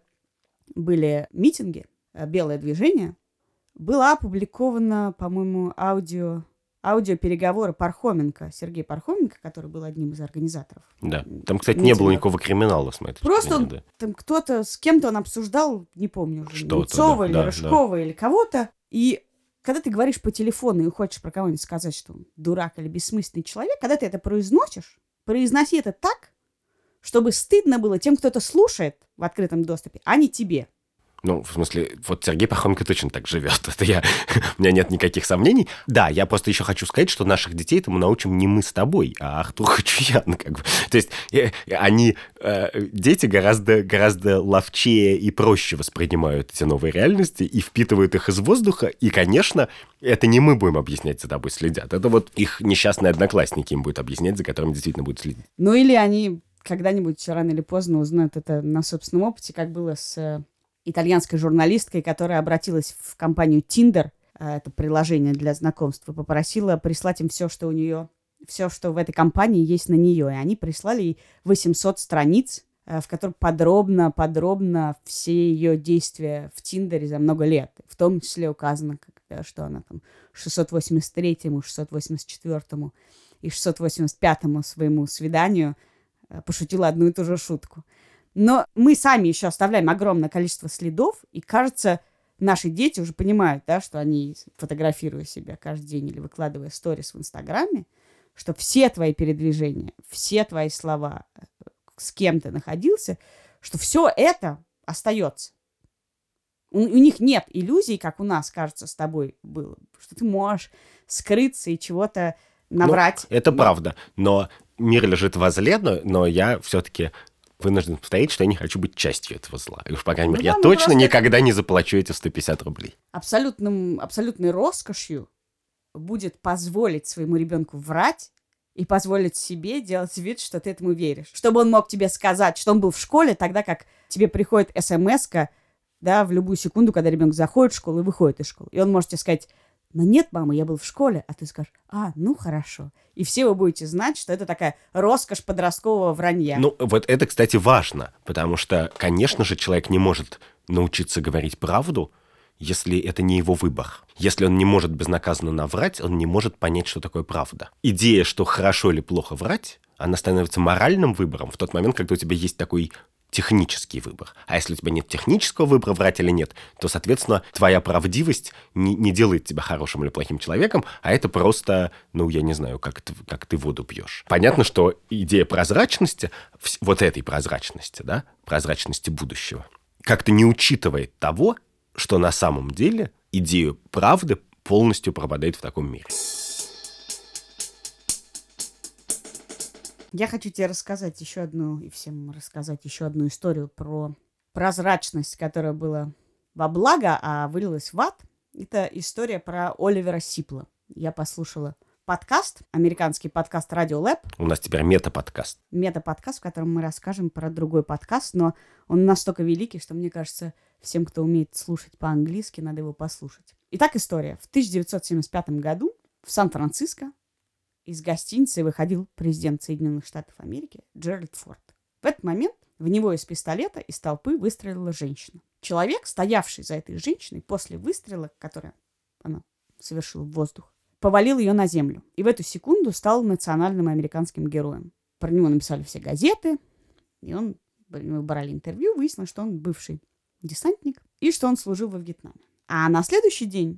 были митинги, э, белое движение, было опубликовано, по-моему, аудио, аудиопереговоры Пархоменко, Сергея Пархоменко, который был одним из организаторов. Да. Там, кстати, не было митингов. никакого криминала, с моей точки Просто он, зрения, да. там кто-то, с кем-то он обсуждал, не помню уже, Что-то, Немцова да, или да, Рыжкова или кого-то. И когда ты говоришь по телефону и хочешь про кого-нибудь сказать, что он дурак или бессмысленный человек, когда ты это произносишь, произноси это так, чтобы стыдно было тем, кто это слушает в открытом доступе, а не тебе. Ну, в смысле, вот Сергей Пархоменко точно так живет. Это я, у меня нет никаких сомнений. Да, я просто еще хочу сказать, что наших детей этому научим не мы с тобой, а Артур Хачуян. Как бы. То есть э, они, э, дети гораздо, гораздо ловчее и проще воспринимают эти новые реальности и впитывают их из воздуха. И, конечно, это не мы будем объяснять, за тобой следят. Это вот их несчастные одноклассники им будут объяснять, за которыми действительно будут следить. Ну или они когда-нибудь рано или поздно узнают это на собственном опыте, как было с итальянской журналисткой, которая обратилась в компанию Tinder, это приложение для знакомств, и попросила прислать им все, что у нее, все, что в этой компании есть на нее. И они прислали ей восемьсот страниц, в которых подробно-подробно все ее действия в Тиндере за много лет. В том числе указано, что она там шестьсот восемьдесят третьему, шестьсот восемьдесят четвёртому и шестьсот восемьдесят пятому своему свиданию пошутила одну и ту же шутку. Но мы сами еще оставляем огромное количество следов, и, кажется, наши дети уже понимают, да, что они, фотографируя себя каждый день или выкладывая сторис в Инстаграме, что все твои передвижения, все твои слова, с кем ты находился, что все это остается. У, у них нет иллюзий, как у нас, кажется, с тобой было, что ты можешь скрыться и чего-то наврать. Ну, это правда, но мир лежит возле, но, но я все-таки вынужден повторить, что я не хочу быть частью этого зла. И уж, по крайней мере, Ну, я да, ну, точно просто никогда не заплачу эти сто пятьдесят рублей. Абсолютным, абсолютной роскошью будет позволить своему ребенку врать и позволить себе делать вид, что ты этому веришь. Чтобы он мог тебе сказать, что он был в школе, тогда как тебе приходит смс-ка, да, в любую секунду, когда ребенок заходит в школу и выходит из школы. И он может тебе сказать: но нет, мама, я был в школе, а ты скажешь: а, ну хорошо. И все вы будете знать, что это такая роскошь подросткового вранья. Ну, вот это, кстати, важно, потому что, конечно же, человек не может научиться говорить правду, если это не его выбор. Если он не может безнаказанно наврать, он не может понять, что такое правда. Идея, что хорошо или плохо врать, она становится моральным выбором в тот момент, когда у тебя есть такой технический выбор. А если у тебя нет технического выбора, врать или нет, то, соответственно, твоя правдивость не, не делает тебя хорошим или плохим человеком, а это просто, ну, я не знаю, как, ты, как ты воду пьешь. Понятно, что идея прозрачности, вот этой прозрачности, да, прозрачности будущего, как-то не учитывает того, что на самом деле идею правды полностью пропадает в таком мире. Я хочу тебе рассказать еще одну, и всем рассказать еще одну историю про прозрачность, которая была во благо, а вылилась в ад. Это история про Оливера Сипла. Я послушала подкаст, американский подкаст Radio Lab. У нас теперь мета-подкаст. Мета-подкаст, в котором мы расскажем про другой подкаст, но он настолько великий, что, мне кажется, всем, кто умеет слушать по-английски, надо его послушать. Итак, история. В тысяча девятьсот семьдесят пятом году в Сан-Франциско из гостиницы выходил президент Соединенных Штатов Америки Джеральд Форд. В этот момент в него из пистолета из толпы выстрелила женщина. Человек, стоявший за этой женщиной, после выстрела, который она совершила в воздух, повалил ее на землю. И в эту секунду стал национальным американским героем. Про него написали все газеты, и он, мы брали интервью, выяснилось, что он бывший десантник и что он служил во Вьетнаме. А на следующий день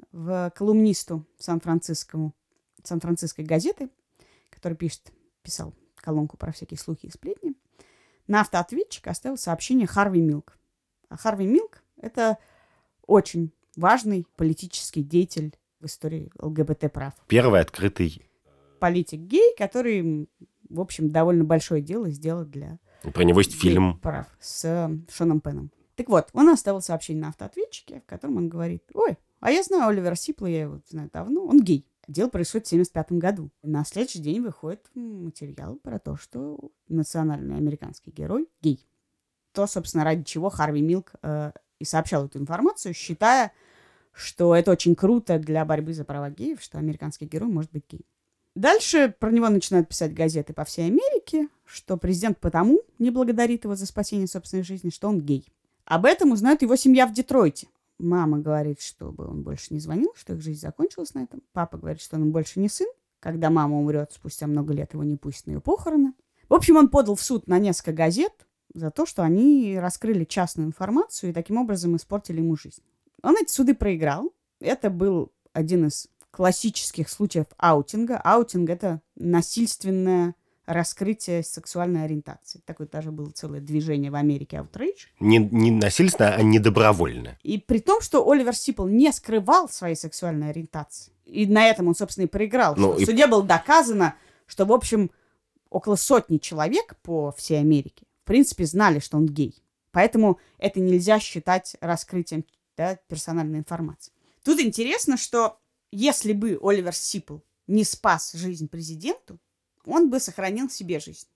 в колумнисту Сан-Франциско, Сан-Франциской газеты, который пишет, писал колонку про всякие слухи и сплетни, на автоответчик оставил сообщение Харви Милк. А Харви Милк – это очень важный политический деятель в истории ЛГБТ-прав. Первый открытый... Политик-гей, который, в общем, довольно большое дело сделал для... Про него есть фильм. Прав с Шоном Пеном. Так вот, он оставил сообщение на автоответчике, в котором он говорит: ой, а я знаю Оливера Сипла, я его знаю давно, он гей. Дело происходит в семьдесят пятом году. На следующий день выходит материал про то, что национальный американский герой гей. То, собственно, ради чего Харви Милк э, и сообщал эту информацию, считая, что это очень круто для борьбы за права геев, что американский герой может быть геем. Дальше про него начинают писать газеты по всей Америке, что президент потому не благодарит его за спасение собственной жизни, что он гей. Об этом узнает его семья в Детройте. Мама говорит, чтобы он больше не звонил, что их жизнь закончилась на этом. Папа говорит, что он больше не сын. Когда мама умрет, спустя много лет его не пустят на ее похороны. В общем, он подал в суд на несколько газет за то, что они раскрыли частную информацию и таким образом испортили ему жизнь. Он эти суды проиграл. Это был один из классических случаев аутинга. Аутинг – это насильственное раскрытие сексуальной ориентации. Такое даже было целое движение в Америке outrage. Не, не насильственно, а недобровольно. И при том, что Оливер Сипл не скрывал своей сексуальной ориентации. И на этом он, собственно, и проиграл. Ну, что и... В суде было доказано, что, в общем, около сотни человек по всей Америке, в принципе, знали, что он гей. Поэтому это нельзя считать раскрытием, да, персональной информации. Тут интересно, что если бы Оливер Сипл не спас жизнь президенту, он бы сохранил себе жизнь.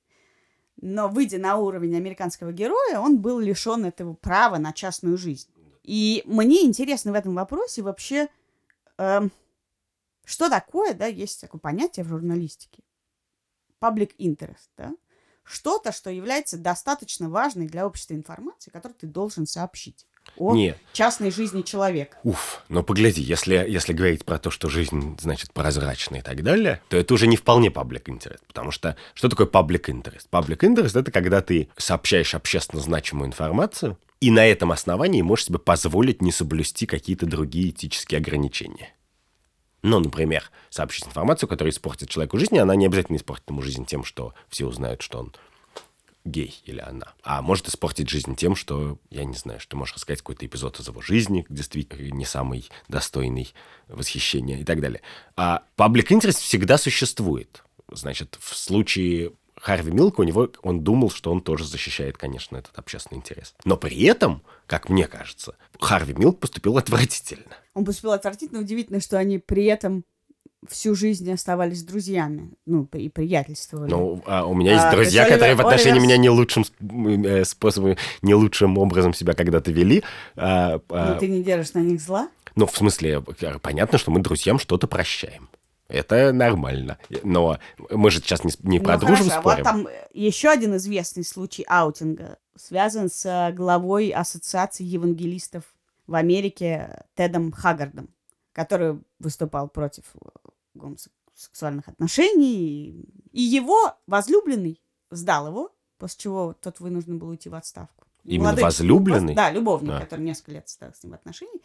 Но, выйдя на уровень американского героя, он был лишен этого права на частную жизнь. И мне интересно в этом вопросе вообще, э, что такое, да, есть такое понятие в журналистике. Public interest, да? Что-то, что является достаточно важной для общества информацией, которую ты должен сообщить о Нет. частной жизни человека. Уф, но погляди, если, если говорить про то, что жизнь, значит, прозрачная и так далее, то это уже не вполне public interest, потому что что такое public interest? Public interest – это когда ты сообщаешь общественно значимую информацию, и на этом основании можешь себе позволить не соблюсти какие-то другие этические ограничения. Ну, например, сообщить информацию, которая испортит человеку жизнь, она не обязательно испортит ему жизнь тем, что все узнают, что он гей или она. А может испортить жизнь тем, что, я не знаю, что ты можешь рассказать какой-то эпизод из его жизни, действительно не самый достойный восхищения и так далее. А public interest всегда существует. Значит, в случае Харви Милка у него, он думал, что он тоже защищает, конечно, этот общественный интерес. Но при этом, как мне кажется, Харви Милк поступил отвратительно. Он поступил отвратительно. Удивительно, что они при этом всю жизнь оставались друзьями, ну, и приятельствовали. Ну, а у меня есть а, друзья, есть которые Оливер, в отношении Оливер... меня не лучшим способом, не лучшим образом себя когда-то вели. А, а... Ну, ты не держишь на них зла? Ну, в смысле, понятно, что мы друзьям что-то прощаем. Это нормально. Но мы же сейчас не, не про ну, дружбу хорошо. спорим. Вот там еще один известный случай аутинга связан с главой Ассоциации евангелистов в Америке Тедом Хаггардом, который выступал против гомосексуальных отношений. И его возлюбленный сдал его, после чего тот вынужден был уйти в отставку. Именно Молодой, возлюбленный? Да, любовник, а. который несколько лет состоял с ним в отношениях.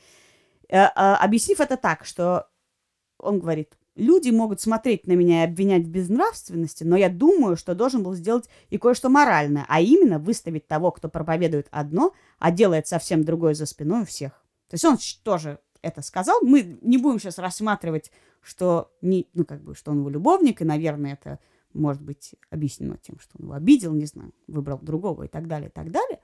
Объяснив это так, что он говорит: люди могут смотреть на меня и обвинять в безнравственности, но я думаю, что должен был сделать и кое-что моральное, а именно выставить того, кто проповедует одно, а делает совсем другое за спиной у всех. То есть он тоже это сказал. Мы не будем сейчас рассматривать, что, не, ну, как бы, что он его любовник, и, наверное, это может быть объяснено тем, что он его обидел, не знаю, выбрал другого и так далее, и так далее.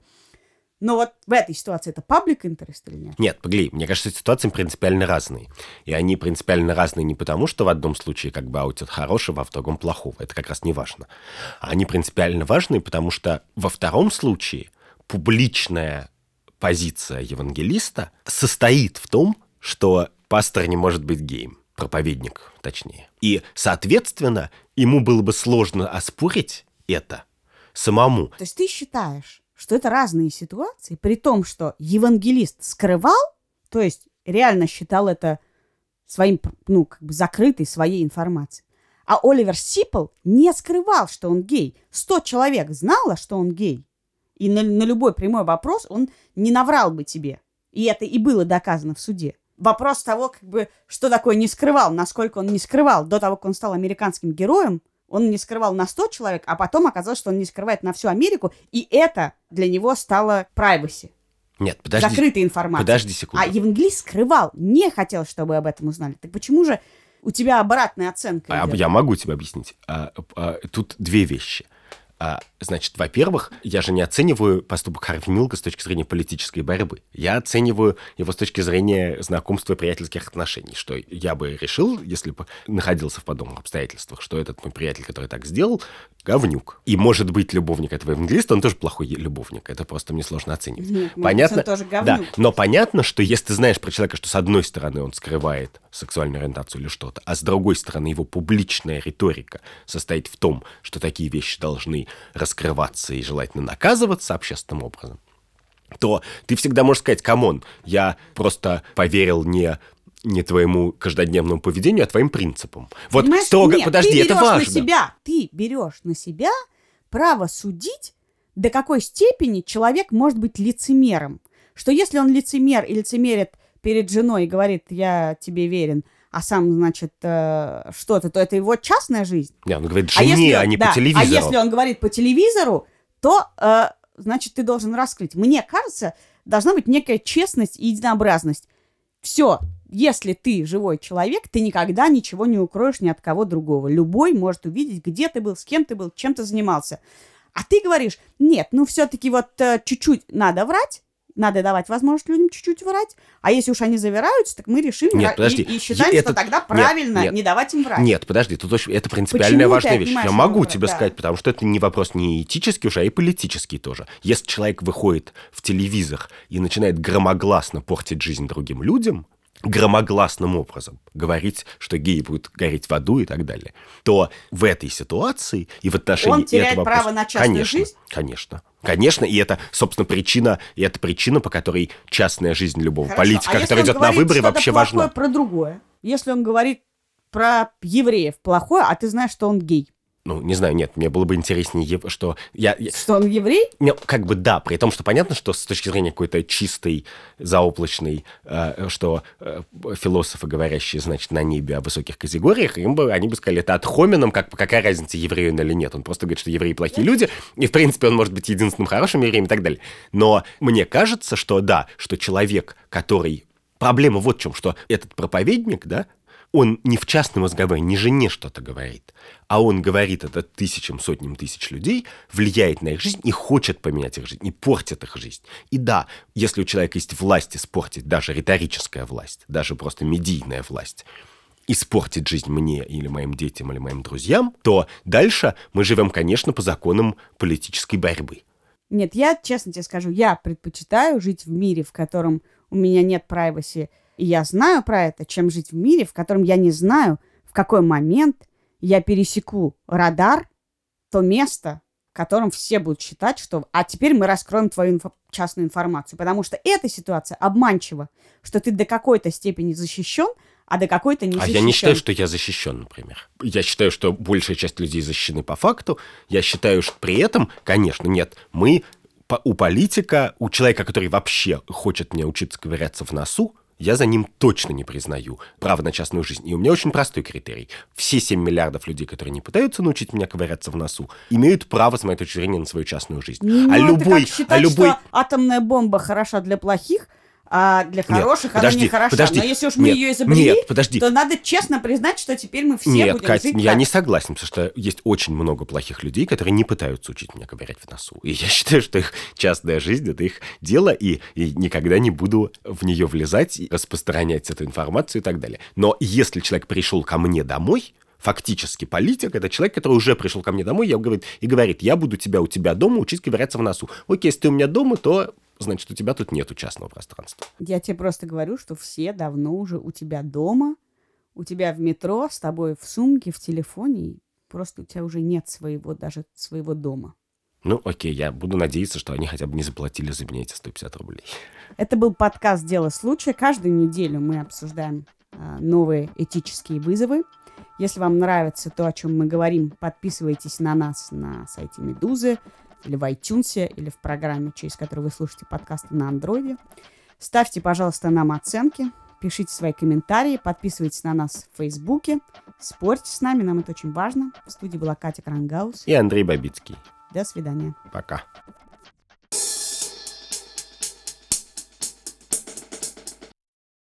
Но вот в этой ситуации это public interest или нет? Нет, погоди, мне кажется, ситуации принципиально разные. И они принципиально разные не потому, что в одном случае как бы аутят хорошего, а в другом плохого. Это как раз не важно. А они принципиально важные, потому что во втором случае публичная позиция евангелиста состоит в том, что пастор не может быть геем. проповедник, точнее. И, соответственно, ему было бы сложно оспорить это самому. То есть ты считаешь, что это разные ситуации, при том, что евангелист скрывал, то есть реально считал это своим, ну, как бы закрытой своей информацией. А Оливер Сипл не скрывал, что он гей. Сто человек знало, что он гей. И на, на любой прямой вопрос он не наврал бы тебе. И это и было доказано в суде. Вопрос того, как бы, что такое не скрывал, насколько он не скрывал. До того, как он стал американским героем, он не скрывал на сто человек, а потом оказалось, что он не скрывает на всю Америку. И это для него стало privacy. Нет, подожди. Закрытой информацией. Подожди секунду. А евангелист скрывал, не хотел, чтобы об этом узнали. Так почему же у тебя обратная оценка А, идет? я могу тебе объяснить. А, а, тут две вещи. А, значит, во-первых, я же не оцениваю поступок Харви Милка с точки зрения политической борьбы. Я оцениваю его с точки зрения знакомства и приятельских отношений, что я бы решил, если бы находился в подобных обстоятельствах, что этот мой приятель, который так сделал, говнюк. И, может быть, любовник этого евангелиста, он тоже плохой любовник. Это просто мне сложно оценивать. Нет, понятно? он тоже говнюк. Да, но понятно, что если ты знаешь про человека, что с одной стороны он скрывает сексуальную ориентацию или что-то, а с другой стороны его публичная риторика состоит в том, что такие вещи должны раскрываться и желательно наказываться общественным образом, то ты всегда можешь сказать: камон, я просто поверил не, не твоему каждодневному поведению, а твоим принципам. Вот Понимаешь? строго, Нет, подожди, ты это берешь важно. На себя, ты берешь на себя право судить, до какой степени человек может быть лицемером. Что если он лицемер и лицемерит перед женой и говорит: я тебе верен, а сам, значит, э, что-то, то это его частная жизнь. Не, он говорит А жене, если, а не да, по телевизору. А если он говорит по телевизору, то, э, значит, ты должен раскрыть. Мне кажется, должна быть некая честность и единообразность. Все, если ты живой человек, ты никогда ничего не укроешь ни от кого другого. Любой может увидеть, где ты был, с кем ты был, чем ты занимался. А ты говоришь: нет, ну все-таки вот э, чуть-чуть надо врать, надо давать возможность людям чуть-чуть врать. А если уж они завираются, так мы решим Нет, и, подожди. и считаем, Я- что это- тогда нет, правильно нет. не давать им врать. Нет, подожди, тут очень, это принципиальная Почему ты важная вещь. отнимаешь Я могу его? тебе Да. сказать, потому что это не вопрос не этический уже, а и политический тоже. Если человек выходит в телевизор и начинает громогласно портить жизнь другим людям, громогласным образом говорить, что геи будут гореть в аду и так далее, то в этой ситуации и в отношении Он теряет этого право вопроса- на частную конечно, жизнь? Конечно. Конечно, и это, собственно, причина, и это причина, по которой частная жизнь любого Хорошо. политика, А если который он идет на говорит выборы, что-то вообще плохое важна. про другое? Если он говорит про евреев плохое, а ты знаешь, что он гей. Ну, не знаю, нет, мне было бы интереснее, ев- что я... я- Что он еврей? Ну, как бы да, при том, что понятно, что с точки зрения какой-то чистой, заоблачной, э, что э, философы, говорящие, значит, на небе о высоких категориях, им бы, они бы сказали, это ad hominem, как, какая разница, еврей он или нет. Он просто говорит, что евреи плохие люди, и, в принципе, он может быть единственным хорошим евреем и так далее. Но мне кажется, что да, что человек, который... Проблема вот в чем, что этот проповедник, да, он не в частном разговоре, не жене что-то говорит, а он говорит это тысячам, сотням тысяч людей, влияет на их жизнь и хочет поменять их жизнь, и портит их жизнь. И да, если у человека есть власть испортить, даже риторическая власть, даже просто медийная власть, испортить жизнь мне или моим детям или моим друзьям, то дальше мы живем, конечно, по законам политической борьбы. Нет, я, честно тебе скажу, я предпочитаю жить в мире, в котором у меня нет privacy, и я знаю про это, чем жить в мире, в котором я не знаю, в какой момент я пересеку радар, то место, в котором все будут считать, что «а теперь мы раскроем твою инфо- частную информацию». Потому что эта ситуация обманчива, что ты до какой-то степени защищен, а до какой-то не А защищен. я не считаю, что я защищен, например. Я считаю, что большая часть людей защищены по факту. Я считаю, что при этом, конечно, нет, мы по- у политика, у человека, который вообще хочет мне учиться ковыряться в носу, я за ним точно не признаю право на частную жизнь. И у меня очень простой критерий. Все семь миллиардов людей, которые не пытаются научить меня ковыряться в носу, имеют право, с моей точки зрения, на свою частную жизнь. Ну, а это любой... как считать, а любой... что атомная бомба хороша для плохих, а для хороших Нет, она подожди, не хороша. подожди. Но если уж мы Нет, ее изобрели, нет, подожди. то надо честно признать, что теперь мы все Нет, будем Кать, жить я так. не согласен, потому что есть очень много плохих людей, которые не пытаются учить меня ковырять в носу. И я считаю, что их частная жизнь — это их дело, и, и никогда не буду в нее влезать, и распространять эту информацию и так далее. Но если человек пришел ко мне домой, фактически политик — это человек, который уже пришел ко мне домой, я говорит, и говорит: я буду тебя у тебя дома учить ковыряться в носу. Окей, если ты у меня дома, то... значит, у тебя тут нету частного пространства. Я тебе просто говорю, что все давно уже у тебя дома у тебя в метро, с тобой в сумке, в телефоне, и просто у тебя уже нет своего, даже своего дома. Ну, окей, я буду надеяться, что они хотя бы не заплатили за меня эти сто пятьдесят рублей. Это был подкаст «Дело случая». Каждую неделю мы обсуждаем а, новые этические вызовы. Если вам нравится то, о чем мы говорим, подписывайтесь на нас на сайте «Медузы», или в iTunes, или в программе, через которую вы слушаете подкасты на андроиде. Ставьте, пожалуйста, нам оценки, пишите свои комментарии, подписывайтесь на нас в Фейсбуке, спорьте с нами, нам это очень важно. В студии была Катя Крангаус. И Андрей Бабицкий. До свидания. Пока.